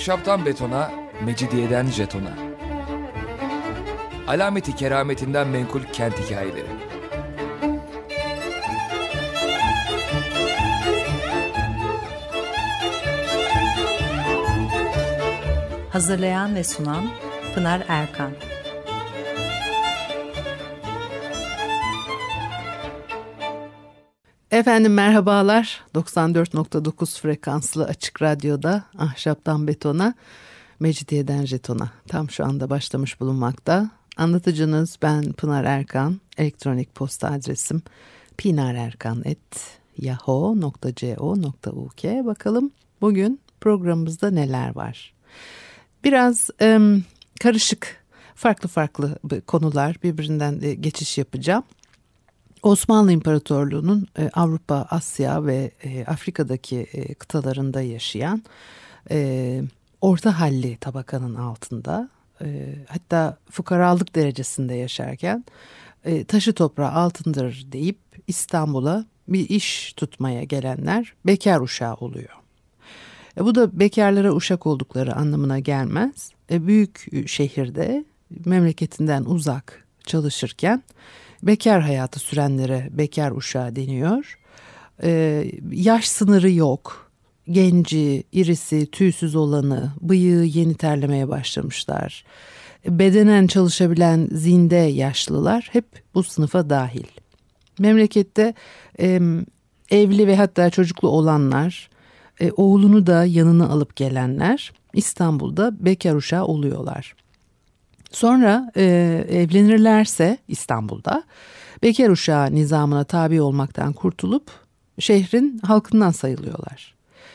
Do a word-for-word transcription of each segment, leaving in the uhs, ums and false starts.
Ahşaptan betona, mecidiyeden jetona. Alameti kerametinden menkul kent hikayeleri. Hazırlayan ve sunan Pınar Erkan. Efendim merhabalar. doksan dört nokta dokuz frekanslı Açık Radyo'da Ahşaptan Betona, Mecidiyeden Jeton'a tam şu anda başlamış bulunmakta. Anlatıcınız ben Pınar Erkan. Elektronik posta adresim pinarerkan at yahoo nokta co nokta uk. Bakalım bugün programımızda neler var? Biraz e, karışık, farklı farklı konular, birbirinden e, geçiş yapacağım. Osmanlı İmparatorluğu'nun e, Avrupa, Asya ve e, Afrika'daki e, kıtalarında yaşayan e, orta halli tabakanın altında, e, hatta fukaralık derecesinde yaşarken e, taşı toprağı altındır deyip İstanbul'a bir iş tutmaya gelenler bekar uşağı oluyor. E, bu da bekarlara uşak oldukları anlamına gelmez. E, büyük şehirde memleketinden uzak çalışırken bekar hayatı sürenlere bekar uşağı deniyor. Ee, yaş sınırı yok. Genci, irisi, tüysüz olanı, bıyığı yeni terlemeye başlamışlar. Bedenen çalışabilen zinde yaşlılar hep bu sınıfa dahil. Memlekette e, evli ve hatta çocuklu olanlar, e, oğlunu da yanına alıp gelenler İstanbul'da bekar uşağı oluyorlar. Sonra e, evlenirlerse İstanbul'da bekar uşağı nizamına tabi olmaktan kurtulup şehrin halkından sayılıyorlar.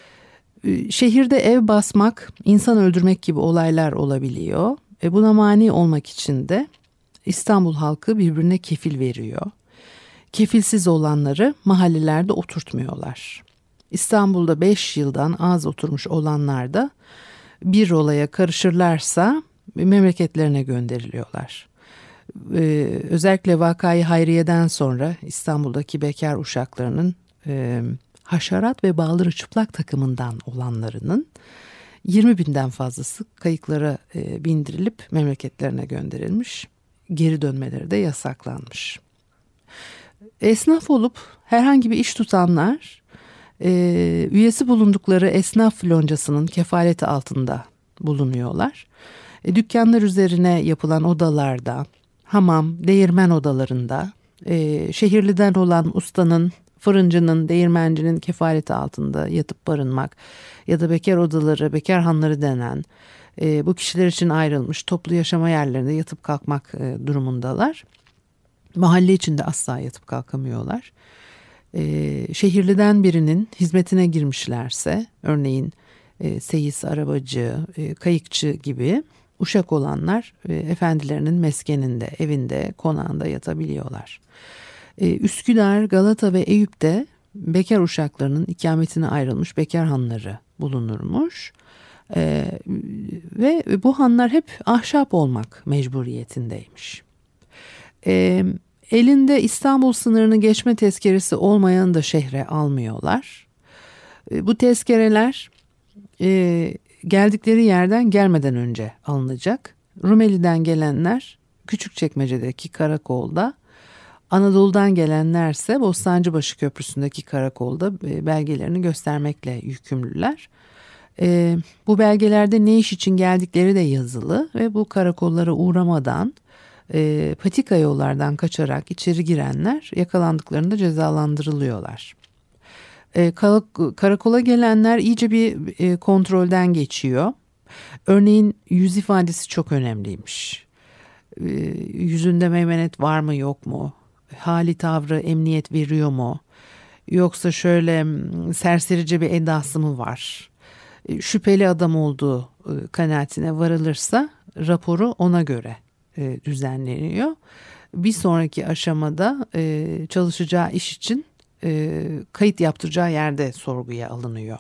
E, şehirde ev basmak, insan öldürmek gibi olaylar olabiliyor. E, buna mani olmak için de İstanbul halkı birbirine kefil veriyor. Kefilsiz olanları mahallelerde oturtmuyorlar. İstanbul'da beş yıldan az oturmuş olanlar da bir olaya karışırlarsa memleketlerine gönderiliyorlar. Ee, özellikle Vakayı Hayriye'den sonra İstanbul'daki bekar uşaklarının e, haşerat ve bağları çıplak takımından olanlarının yirmi binden fazlası kayıklara e, bindirilip memleketlerine gönderilmiş. Geri dönmeleri de yasaklanmış. Esnaf olup herhangi bir iş tutanlar e, üyesi bulundukları esnaf loncasının kefaleti altında bulunuyorlar. E, dükkanlar üzerine yapılan odalarda, hamam, değirmen odalarında, e, şehirliden olan ustanın, fırıncının, değirmencinin kefaleti altında yatıp barınmak ya da bekar odaları, bekar hanları denen e, bu kişiler için ayrılmış toplu yaşama yerlerinde yatıp kalkmak e, durumundalar. Mahalle içinde asla yatıp kalkamıyorlar. E, şehirliden birinin hizmetine girmişlerse, örneğin e, seyis, arabacı, e, kayıkçı gibi uşak olanlar e, efendilerinin meskeninde, evinde, konağında yatabiliyorlar. E, Üsküdar, Galata ve Eyüp'te bekar uşaklarının ikametine ayrılmış bekar hanları bulunurmuş. E, ve bu hanlar hep ahşap olmak mecburiyetindeymiş. E, elinde İstanbul sınırını geçme tezkeresi olmayanı da şehre almıyorlar. E, bu tezkereler e, geldikleri yerden gelmeden önce alınacak. Rumeli'den gelenler Küçükçekmece'deki karakolda, Anadolu'dan gelenlerse Bostancıbaşı Köprüsü'ndeki karakolda belgelerini göstermekle yükümlüler. E, bu belgelerde ne iş için geldikleri de yazılı ve bu karakollara uğramadan e, patika yollardan kaçarak içeri girenler yakalandıklarında cezalandırılıyorlar. E, karakola gelenler iyice bir e, kontrolden geçiyor. Örneğin yüz ifadesi çok önemliymiş. E, yüzünde meymenet var mı yok mu? Hali tavrı emniyet veriyor mu? Yoksa şöyle serserice bir edası mı var? E, şüpheli adam olduğu e, kanaatine varılırsa raporu ona göre e, düzenleniyor. Bir sonraki aşamada e, çalışacağı iş için E, kayıt yaptıracağı yerde sorguya alınıyor.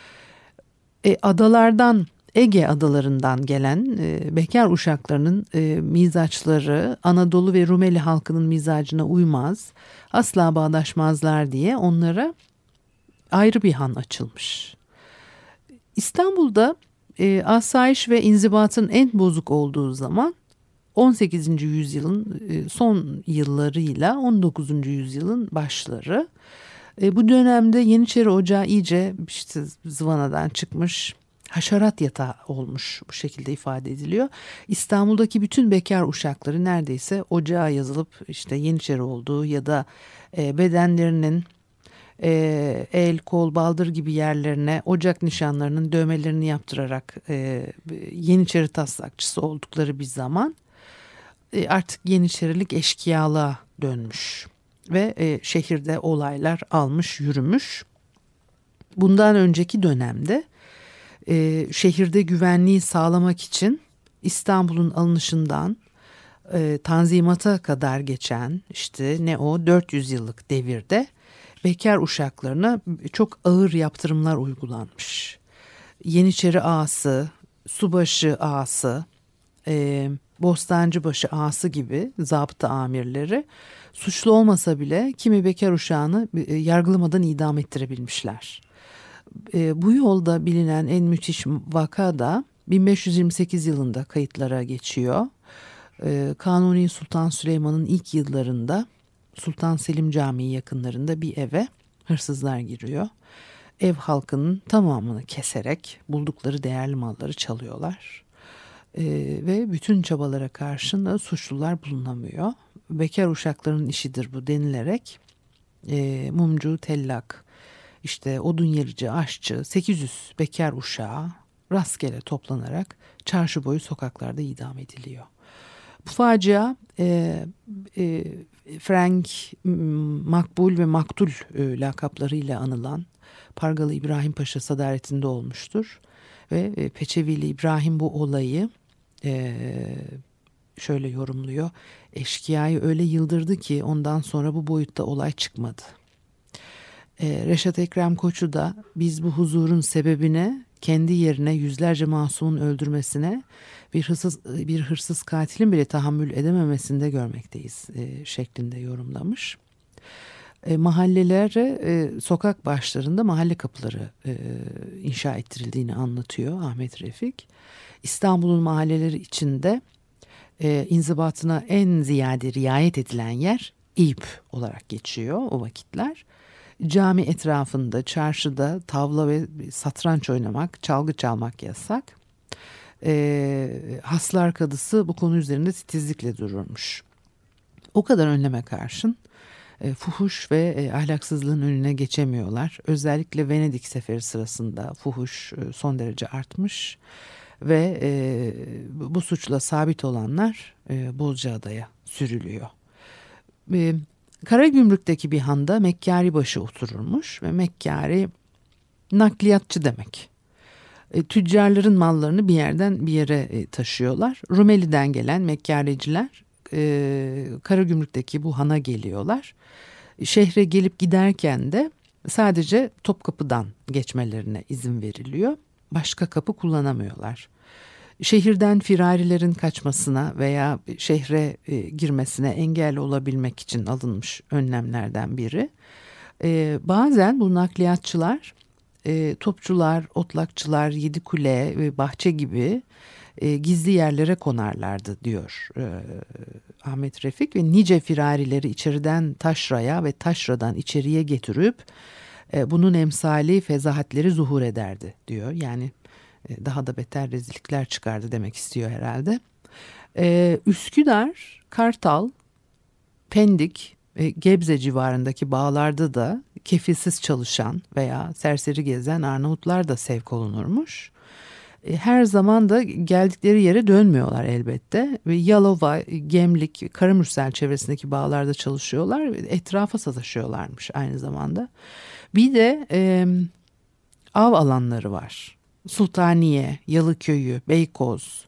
E, adalardan, Ege adalarından gelen e, bekar uşaklarının e, mizaçları Anadolu ve Rumeli halkının mizacına uymaz, asla bağdaşmazlar diye onlara ayrı bir han açılmış. İstanbul'da e, asayiş ve inzibatın en bozuk olduğu zaman on sekizinci yüzyılın e, son yıllarıyla on dokuzuncu yüzyılın başları. E, bu dönemde Yeniçeri Ocağı iyice işte zıvanadan çıkmış, haşerat yatağı olmuş, bu şekilde ifade ediliyor. İstanbul'daki bütün bekar uşakları neredeyse ocağa yazılıp işte Yeniçeri olduğu ya da e, bedenlerinin e, el, kol, baldır gibi yerlerine ocak nişanlarının dövmelerini yaptırarak e, Yeniçeri taslakçısı oldukları bir zaman e, artık Yeniçerilik eşkıyalığa dönmüş ve e, şehirde olaylar almış yürümüş. Bundan önceki dönemde e, şehirde güvenliği sağlamak için İstanbul'un alınışından e, Tanzimat'a kadar geçen işte ne o dört yüz yıllık devirde bekar uşaklarına çok ağır yaptırımlar uygulanmış. Yeniçeri ağası, subaşı ağası, e, Bostancıbaşı ağası gibi zabıta amirleri suçlu olmasa bile kimi bekar uşağını e, yargılamadan idam ettirebilmişler. E, bu yolda bilinen en müthiş vaka da bin beş yüz yirmi sekiz yılında kayıtlara geçiyor. E, Kanuni Sultan Süleyman'ın ilk yıllarında Sultan Selim Camii yakınlarında bir eve hırsızlar giriyor. Ev halkının tamamını keserek buldukları değerli malları çalıyorlar. Ee, ve bütün çabalara karşın da suçlular bulunamıyor. Bekar uşakların işidir bu denilerek e, mumcu, tellak, işte odun yerici, aşçı, sekiz yüz bekar uşağı rastgele toplanarak çarşı boyu sokaklarda idam ediliyor. Bu facia e, e, Frank, Makbul ve Maktul e, lakaplarıyla anılan Pargalı İbrahim Paşa sadaretinde olmuştur. Ve e, Peçevili İbrahim bu olayı e, şöyle yorumluyor. Eşkıyayı öyle yıldırdı ki ondan sonra bu boyutta olay çıkmadı. E, Reşat Ekrem Koçu da biz bu huzurun sebebine kendi yerine yüzlerce masumun öldürmesine bir hırsız, bir hırsız katilin bile tahammül edememesinde görmekteyiz e, şeklinde yorumlamış. E, mahallelere e, sokak başlarında mahalle kapıları e, inşa ettirildiğini anlatıyor Ahmet Refik. İstanbul'un mahalleleri içinde e, inzibatına en ziyade riayet edilen yer Eyüp olarak geçiyor o vakitler. Cami etrafında, çarşıda tavla ve satranç oynamak, çalgı çalmak yasak. E, Haslar Kadısı bu konu üzerinde titizlikle dururmuş. O kadar önleme karşın e, fuhuş ve e, ahlaksızlığın önüne geçemiyorlar. Özellikle Venedik seferi sırasında fuhuş e, son derece artmış ve e, bu suçla sabit olanlar e, Bozcaada'ya sürülüyor. E, Karagümrük'teki bir handa Mekkaribaşı otururmuş ve Mekkari nakliyatçı demek. E, tüccarların mallarını bir yerden bir yere e, taşıyorlar. Rumeli'den gelen Mekkariciler e, Karagümrük'teki bu hana geliyorlar. Şehre gelip giderken de sadece Topkapı'dan geçmelerine izin veriliyor. Başka kapı kullanamıyorlar. Şehirden firarilerin kaçmasına veya şehre e, girmesine engel olabilmek için alınmış önlemlerden biri. E, bazen bu nakliyatçılar, e, topçular, otlakçılar, Yedikule ve Bahçe gibi e, gizli yerlere konarlardı diyor e, Ahmet Refik ve nice firarileri içeriden taşraya ve taşradan içeriye getirip e, bunun emsali fezahatleri zuhur ederdi diyor. Yani e, daha da beter rezillikler çıkardı demek istiyor herhalde. E, Üsküdar, Kartal, Pendik, e, Gebze civarındaki bağlarda da kefilsiz çalışan veya serseri gezen Arnavutlar da sevk olunurmuş. Her zaman da geldikleri yere dönmüyorlar elbette. Ve Yalova, Gemlik, Karamürsel çevresindeki bağlarda çalışıyorlar. Etrafa sataşıyorlarmış aynı zamanda. Bir de e, av alanları var. Sultaniye, Yalıköy'ü, Beykoz,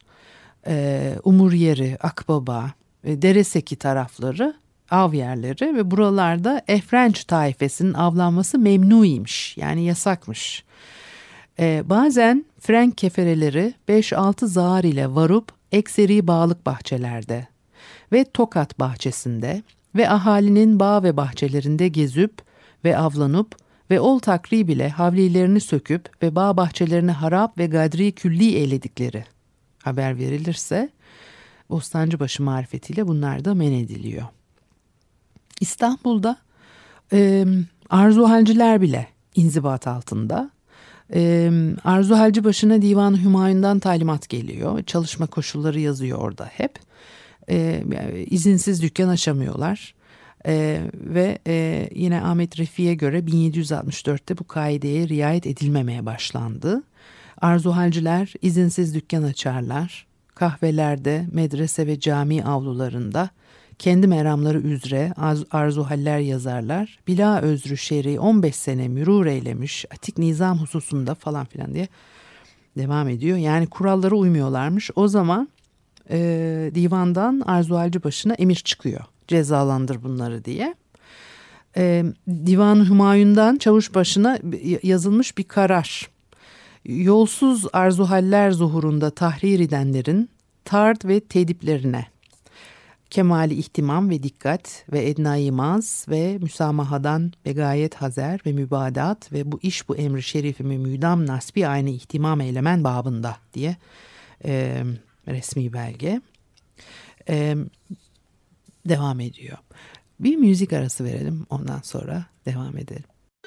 e, Umuryeri, Akbaba, e, Dereseki tarafları av yerleri ve buralarda Efrenç taifesinin avlanması memnuymuş, yani yasakmış. Ee, bazen Frank kefereleri beş altı zar ile varıp ekseri bağlık bahçelerde ve Tokat bahçesinde ve ahalinin bağ ve bahçelerinde gezip ve avlanıp ve ol takrib ile havlilerini söküp ve bağ bahçelerini harap ve gadri külli eyledikleri haber verilirse Bostancıbaşı marifetiyle bunlar da men ediliyor. İstanbul'da e, arzuhalciler bile inzibat altında. E, Arzu Halcibaşı'na Divan-ı Hümayun'dan talimat geliyor. Çalışma koşulları yazıyor orada hep. E, izinsiz dükkan açamıyorlar. E, ve e, yine Ahmet Refik'e göre bin yedi yüz altmış dörtte bu kaideye riayet edilmemeye başlandı. Arzuhalciler izinsiz dükkan açarlar. Kahvelerde, medrese ve cami avlularında kendi meramları üzere arzuhaller yazarlar. Bila özrü şer'i on beş sene mürur eylemiş, atik nizam hususunda falan filan diye devam ediyor. Yani kurallara uymuyorlarmış. O zaman e, divandan Arzuhalcibaşı'na emir çıkıyor. Cezalandır bunları diye. E, Divan-ı Hümayun'dan Çavuşbaşı'na yazılmış bir karar. Yolsuz arzuhaller zuhurunda tahrir edenlerin tard ve tediplerine kemali ihtimam ve dikkat ve ednai maz ve müsamahadan ve gayet hazer ve mübadat ve bu iş bu emri şerifimi müdam nasbi aynı ihtimam eylemen babında diye e, resmi belge e, devam ediyor. Bir müzik arası verelim, ondan sonra devam edelim.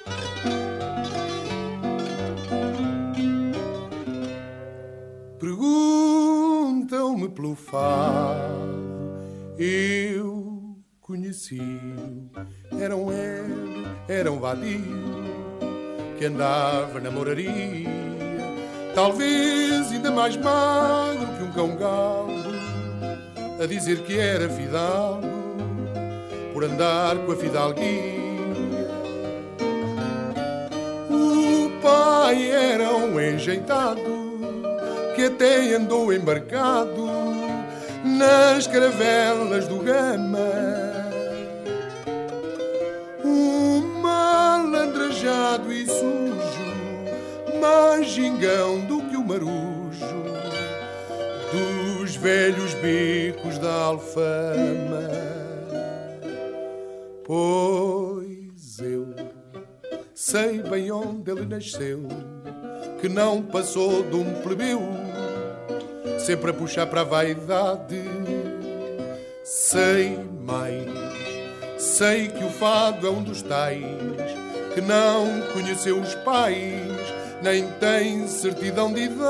Perguntam-me pelo fado, eu conheci-o. Era um héroe, era um vadio, que andava na moraria, talvez ainda mais magro que um cão galo, a dizer que era fidalgo, por andar com a fidalguia. O pai era um enjeitado, que até andou embarcado nas caravelas do Gama. Um malandrajado e sujo, mais gingão do que o marujo dos velhos becos da Alfama. Pois eu sei bem onde ele nasceu, que não passou de um plebeu, sempre a puxar para a vaidade. Sei mais, sei que o fado é um dos tais que não conheceu os pais, nem tem certidão de idade.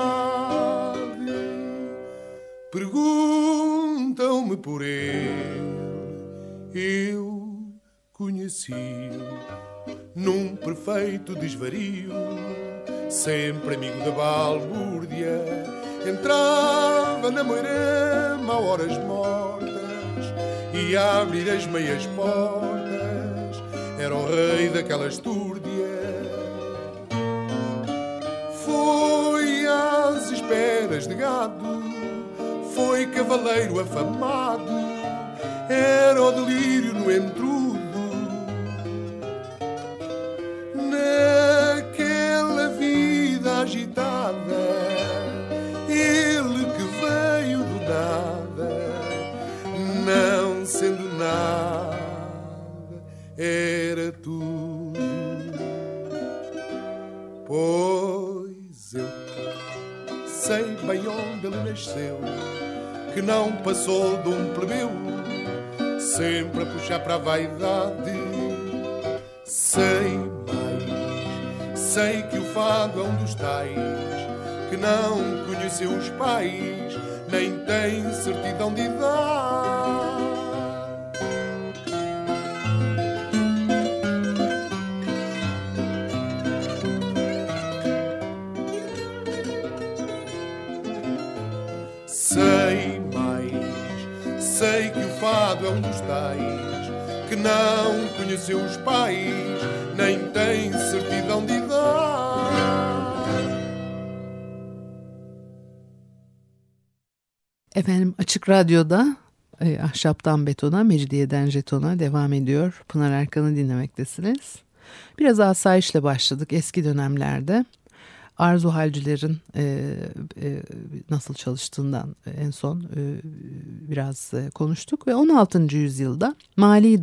Perguntam-me por ele, eu conheci-o num perfeito desvario, sempre amigo da balbúrdia, entrava na moirama a horas mortas e a abrir as meias portas, era o rei daquela estúrdia. Foi às esperas de gado, foi cavaleiro afamado, era o delírio no entrudo, naquela vida agitada, ele que veio do nada, não sendo nada, era tudo. Pois eu sei bem onde ele nasceu, que não passou de um plebeu, sempre a puxar para a vaidade. Sei mais, sei que o fado é um dos tais que não conheceu os pais, nem tem certidão de idade. Sei mais, sei que o fado é um dos tais que não conheceu os pais, nem tem certidão de idade. Efendim, Açık Radyo'da e, Ahşaptan Betona, Mecidiyeden Jeton'a devam ediyor. Pınar Erkan'ı dinlemektesiniz. Biraz asayişle başladık eski dönemlerde. Arzuhalcilerin e, e, nasıl çalıştığından en son e, biraz e, konuştuk ve on altıncı yüzyılda mali durum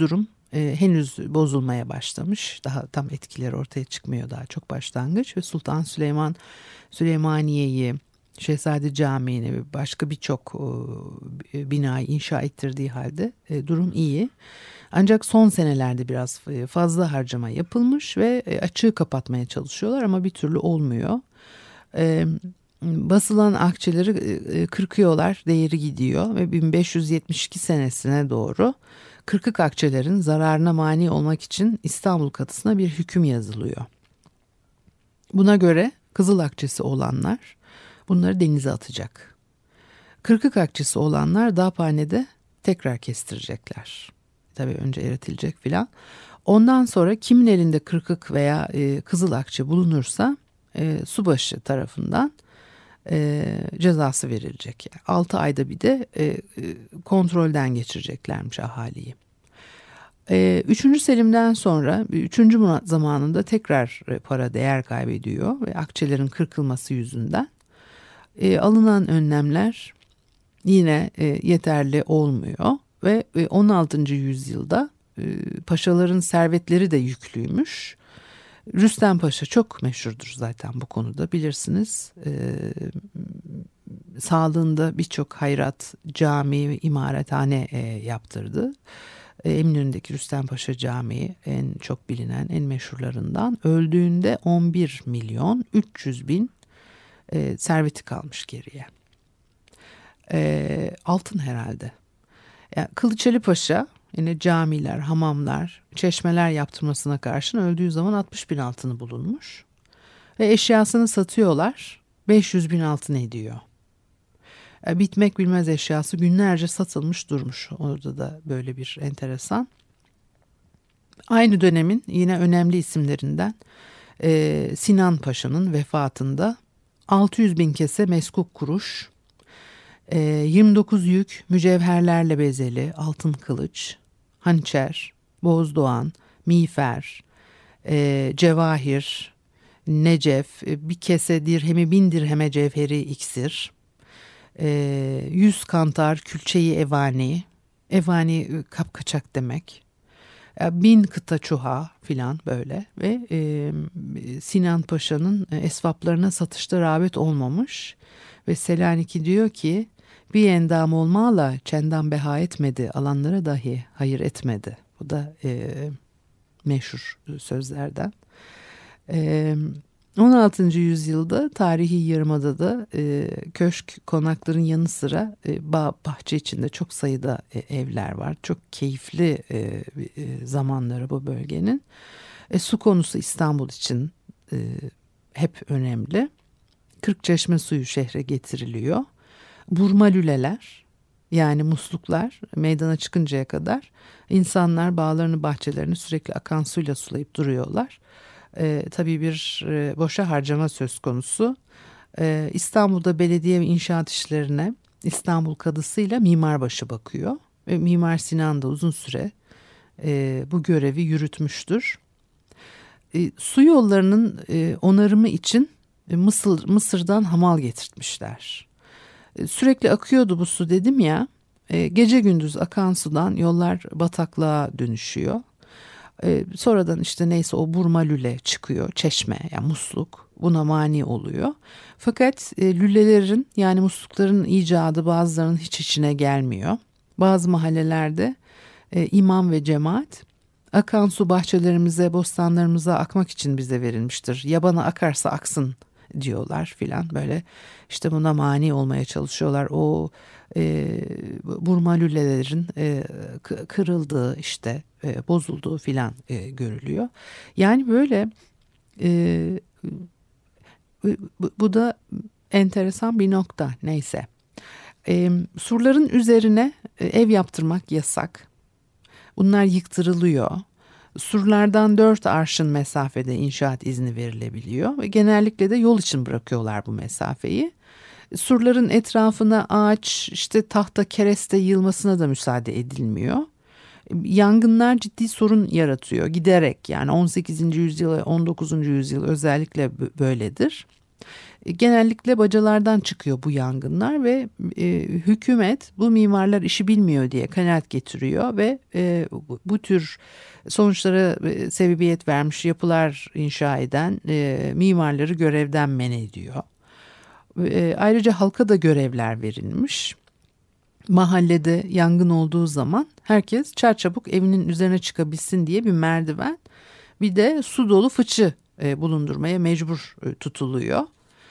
e, henüz bozulmaya başlamış. Daha tam etkileri ortaya çıkmıyor, daha çok başlangıç. Ve Sultan Süleyman Süleymaniye'yi, Şehzade Camii'ni ve başka birçok e, binayı inşa ettirdiği halde e, durum iyi. Ancak son senelerde biraz fazla harcama yapılmış ve e, açığı kapatmaya çalışıyorlar ama bir türlü olmuyor. E, basılan akçeleri e, kırkıyorlar, değeri gidiyor ve bin beş yüz yetmiş iki senesine doğru kırkık akçelerin zararına mani olmak için İstanbul Kadısı'na bir hüküm yazılıyor. Buna göre kızıl akçesi olanlar bunları denize atacak. Kırkık akçesi olanlar dağphanede tekrar kestirecekler. Tabii önce eritilecek filan. Ondan sonra kimin elinde kırkık veya e, kızıl akçe bulunursa e, subaşı tarafından e, cezası verilecek. Yani altı ayda bir de e, e, kontrolden geçireceklermiş ahaliyi. E, üçüncü Selim'den sonra üçüncü Murat zamanında tekrar e, para değer kaybediyor ve akçelerin kırkılması yüzünden e, alınan önlemler yine e, yeterli olmuyor. Ve on altıncı yüzyılda paşaların servetleri de yüklüymüş. Rüstem Paşa çok meşhurdur zaten bu konuda, bilirsiniz. Ee, sağlığında birçok hayrat, cami ve imarethane e, yaptırdı. E, Eminönü'ndeki Rüstem Paşa Camii en çok bilinen, en meşhurlarından. Öldüğünde on bir milyon üç yüz bin e, serveti kalmış geriye. E, altın herhalde. Yani Kılıçeli Paşa yine camiler, hamamlar, çeşmeler yaptırmasına karşın öldüğü zaman altmış bin altını bulunmuş. Ve eşyasını satıyorlar, beş yüz bin altın ediyor. Yani bitmek bilmez eşyası günlerce satılmış durmuş. Orada da böyle bir enteresan. Aynı dönemin yine önemli isimlerinden e, Sinan Paşa'nın vefatında altı yüz bin kese meskuk kuruş, yirmi dokuz yük mücevherlerle bezeli altın kılıç, hançer, bozdoğan, miğfer, e, cevahir, necef, bir kese dirhemi bin dirheme cevheri iksir, e, yüz kantar külçeyi evani, evani kapkaçak demek, bin kıta çuha filan böyle ve e, Sinan Paşa'nın esvaplarına satışta rağbet olmamış ve Selanik'i diyor ki, bir endam olmağla çendan beha etmedi, alanlara dahi hayır etmedi. Bu da e, meşhur sözlerden. E, on altıncı yüzyılda tarihi Yarımada'da e, köşk konakların yanı sıra e, bağ bahçe içinde çok sayıda e, evler var. Çok keyifli e, e, zamanları bu bölgenin. E, su konusu İstanbul için e, hep önemli. Kırkçeşme suyu şehre getiriliyor. Burma lüleler, yani musluklar meydana çıkıncaya kadar insanlar bağlarını, bahçelerini sürekli akan suyla sulayıp duruyorlar. Ee, tabii bir e, boşa harcama söz konusu. Ee, İstanbul'da belediye ve inşaat işlerine İstanbul Kadısı'yla Mimarbaşı bakıyor. Ve Mimar Sinan da uzun süre e, bu görevi yürütmüştür. E, su yollarının e, onarımı için e, Mısır, Mısır'dan hamal getirtmişler. Sürekli akıyordu bu su dedim ya, e, gece gündüz akan sudan yollar bataklığa dönüşüyor. E, sonradan işte neyse o burma lüle çıkıyor, çeşme yani musluk, buna mani oluyor. Fakat e, lülelerin yani muslukların icadı bazılarının hiç içine gelmiyor. Bazı mahallelerde e, imam ve cemaat, akan su bahçelerimize, bostanlarımıza akmak için bize verilmiştir, yabana akarsa aksın diyorlar filan, böyle işte buna mani olmaya çalışıyorlar. O e, burma lülelerin e, kırıldığı, işte e, bozulduğu filan e, görülüyor. Yani böyle e, bu, bu da enteresan bir nokta. Neyse, e, surların üzerine e, ev yaptırmak yasak. Bunlar yıktırılıyor. Surlardan dört arşın mesafede inşaat izni verilebiliyor ve genellikle de yol için bırakıyorlar bu mesafeyi. Surların etrafına ağaç, işte tahta, kereste yığılmasına da müsaade edilmiyor. Yangınlar ciddi sorun yaratıyor giderek, yani on sekizinci yüzyıl, on dokuzuncu yüzyıl özellikle böyledir. E, genellikle bacalardan çıkıyor bu yangınlar ve e, hükümet bu mimarlar işi bilmiyor diye kanaat getiriyor ve e, bu, bu tür sonuçlara e, sebebiyet vermiş yapılar inşa eden e, mimarları görevden men ediyor. E, ayrıca halka da görevler verilmiş. Mahallede yangın olduğu zaman herkes çarçabuk evinin üzerine çıkabilsin diye bir merdiven, bir de su dolu fıçı e, bulundurmaya mecbur e, tutuluyor.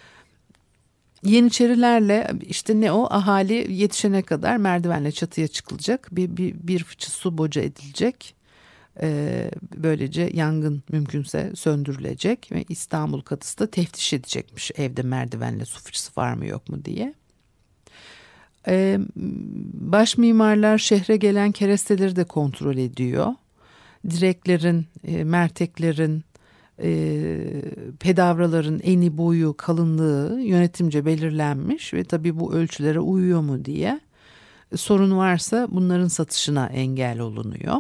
Yeniçerilerle işte ne o ahali yetişene kadar merdivenle çatıya çıkılacak, bir, bir, bir fıçı su boca edilecek. E, böylece yangın mümkünse söndürülecek ve İstanbul Kadısı da teftiş edecekmiş evde merdivenle su fıçısı var mı yok mu diye. Ee, baş mimarlar şehre gelen keresteleri de kontrol ediyor. Direklerin, e, merteklerin, e, pedavraların eni, boyu, kalınlığı yönetimce belirlenmiş ve tabii bu ölçülere uyuyor mu diye sorun varsa bunların satışına engel olunuyor.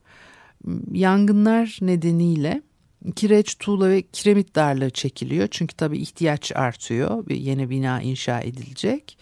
Yangınlar nedeniyle kireç, tuğla ve kiremit darlığı çekiliyor. Çünkü tabii ihtiyaç artıyor. Bir yeni bina inşa edilecek.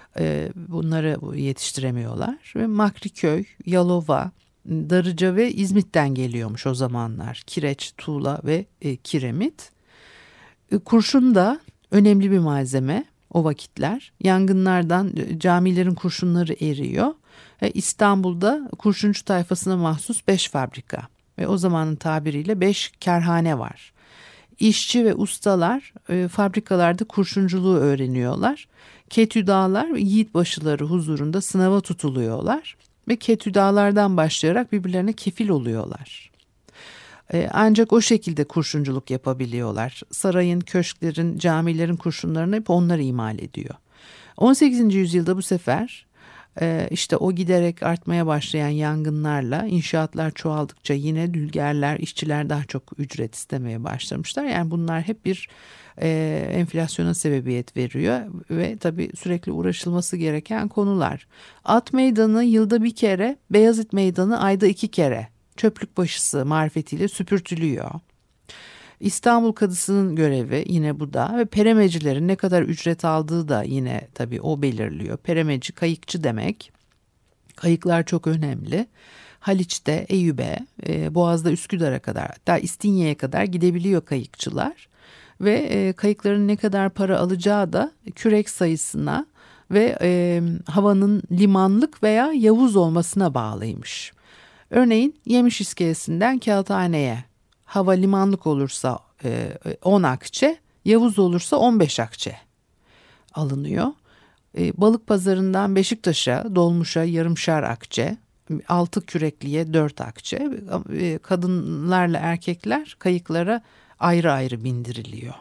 Bunları yetiştiremiyorlar ve Makriköy, Yalova, Darıca ve İzmit'ten geliyormuş o zamanlar kireç, tuğla ve e, kiremit. E, kurşun da önemli bir malzeme o vakitler. Yangınlardan e, camilerin kurşunları eriyor. E, İstanbul'da kurşuncu tayfasına mahsus beş fabrika ve o zamanın tabiriyle beş kerhane var. İşçi ve ustalar e, fabrikalarda kurşunculuğu öğreniyorlar. Ketüdağlar ve yiğitbaşıları huzurunda sınava tutuluyorlar ve ketüdağlardan başlayarak birbirlerine kefil oluyorlar. Ee, ancak o şekilde kurşunculuk yapabiliyorlar. Sarayın, köşklerin, camilerin kurşunlarını hep onlar imal ediyor. on sekizinci yüzyılda bu sefer e, işte o giderek artmaya başlayan yangınlarla inşaatlar çoğaldıkça yine dülgerler, işçiler daha çok ücret istemeye başlamışlar. Yani bunlar hep bir e, enflasyona sebebiyet veriyor ve tabii sürekli uğraşılması gereken konular. At Meydanı yılda bir kere, Beyazıt Meydanı ayda iki kere çöplük başısı marifetiyle süpürtülüyor. İstanbul Kadısı'nın görevi yine bu da ve peremecilerin ne kadar ücret aldığı da yine tabii o belirliyor. Peremeci kayıkçı demek. Kayıklar çok önemli. Haliç'te, Eyüp'e, e, Boğaz'da Üsküdar'a kadar, hatta İstinye'ye kadar gidebiliyor kayıkçılar. Ve e, kayıkların ne kadar para alacağı da kürek sayısına ve e, havanın limanlık veya yavuz olmasına bağlıymış. Örneğin Yemiş İskelesi'nden Kağıthane'ye hava limanlık olursa on akçe, yavuz olursa on beş akçe alınıyor. E, balık pazarından Beşiktaş'a, dolmuşa yarımşar akçe, altı kürekliye dört akçe. E, kadınlarla erkekler kayıklara ayrı ayrı bindiriliyor.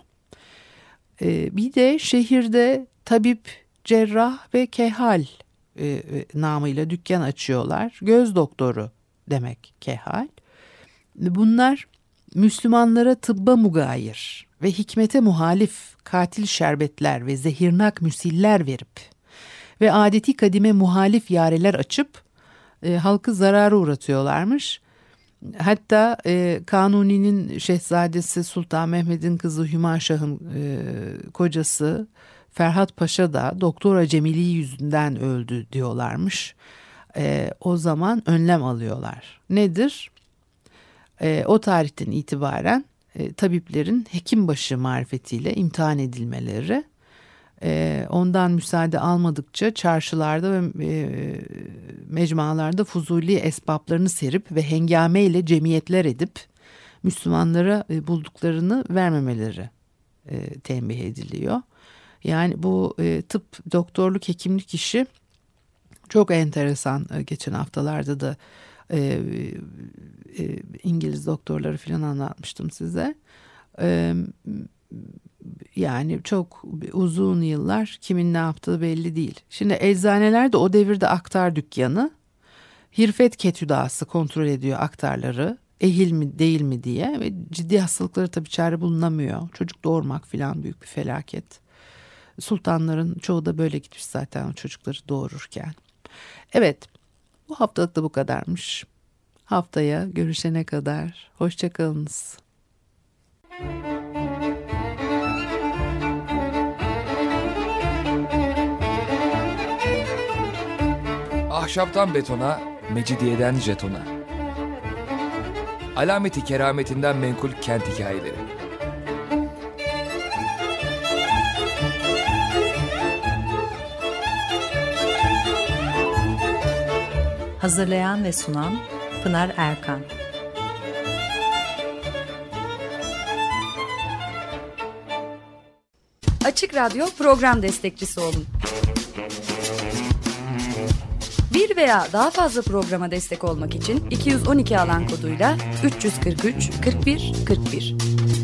E, bir de şehirde tabip, cerrah ve kehal e, namıyla dükkan açıyorlar. Göz doktoru demek kehal. Bunlar Müslümanlara tıbba mugayir ve hikmete muhalif katil şerbetler ve zehirnak müsiller verip ve adeti kadime muhalif yareler açıp e, halkı zarara uğratıyorlarmış. Hatta e, Kanuni'nin şehzadesi Sultan Mehmet'in kızı Hüma Şah'ın e, kocası Ferhat Paşa da doktor acemiliği yüzünden öldü diyorlarmış. E, o zaman önlem alıyorlar. Nedir? E, o tarihten itibaren e, tabiplerin hekimbaşı marifetiyle imtihan edilmeleri, e, ondan müsaade almadıkça çarşılarda ve e, mecmualarda fuzuli esbaplarını serip ve hengameyle cemiyetler edip Müslümanlara e, bulduklarını vermemeleri e, tembih ediliyor. Yani bu e, tıp, doktorluk, hekimlik işi çok enteresan. E, geçen haftalarda da e, e, İngiliz doktorları falan anlatmıştım size. E, yani çok uzun yıllar kimin ne yaptığı belli değil. Şimdi eczaneler de o devirde aktar dükkanı. Hirfet ketüdası kontrol ediyor aktarları. Ehil mi değil mi diye ve ciddi hastalıkları tabii çare bulunamıyor. Çocuk doğurmak falan büyük bir felaket. Sultanların çoğu da böyle gitmiş zaten o çocukları doğururken. Evet, bu haftalık da bu kadarmış. Haftaya görüşene kadar hoşça kalınız. Ahşaptan betona, mecidiyeden jetona. Alameti kerametinden menkul kent hikayeleri. Hazırlayan ve sunan Pınar Erkan. Açık Radyo program destekçisi olun. Bir veya daha fazla programa destek olmak için iki yüz on iki alan koduyla üç yüz kırk üç kırk bir kırk bir.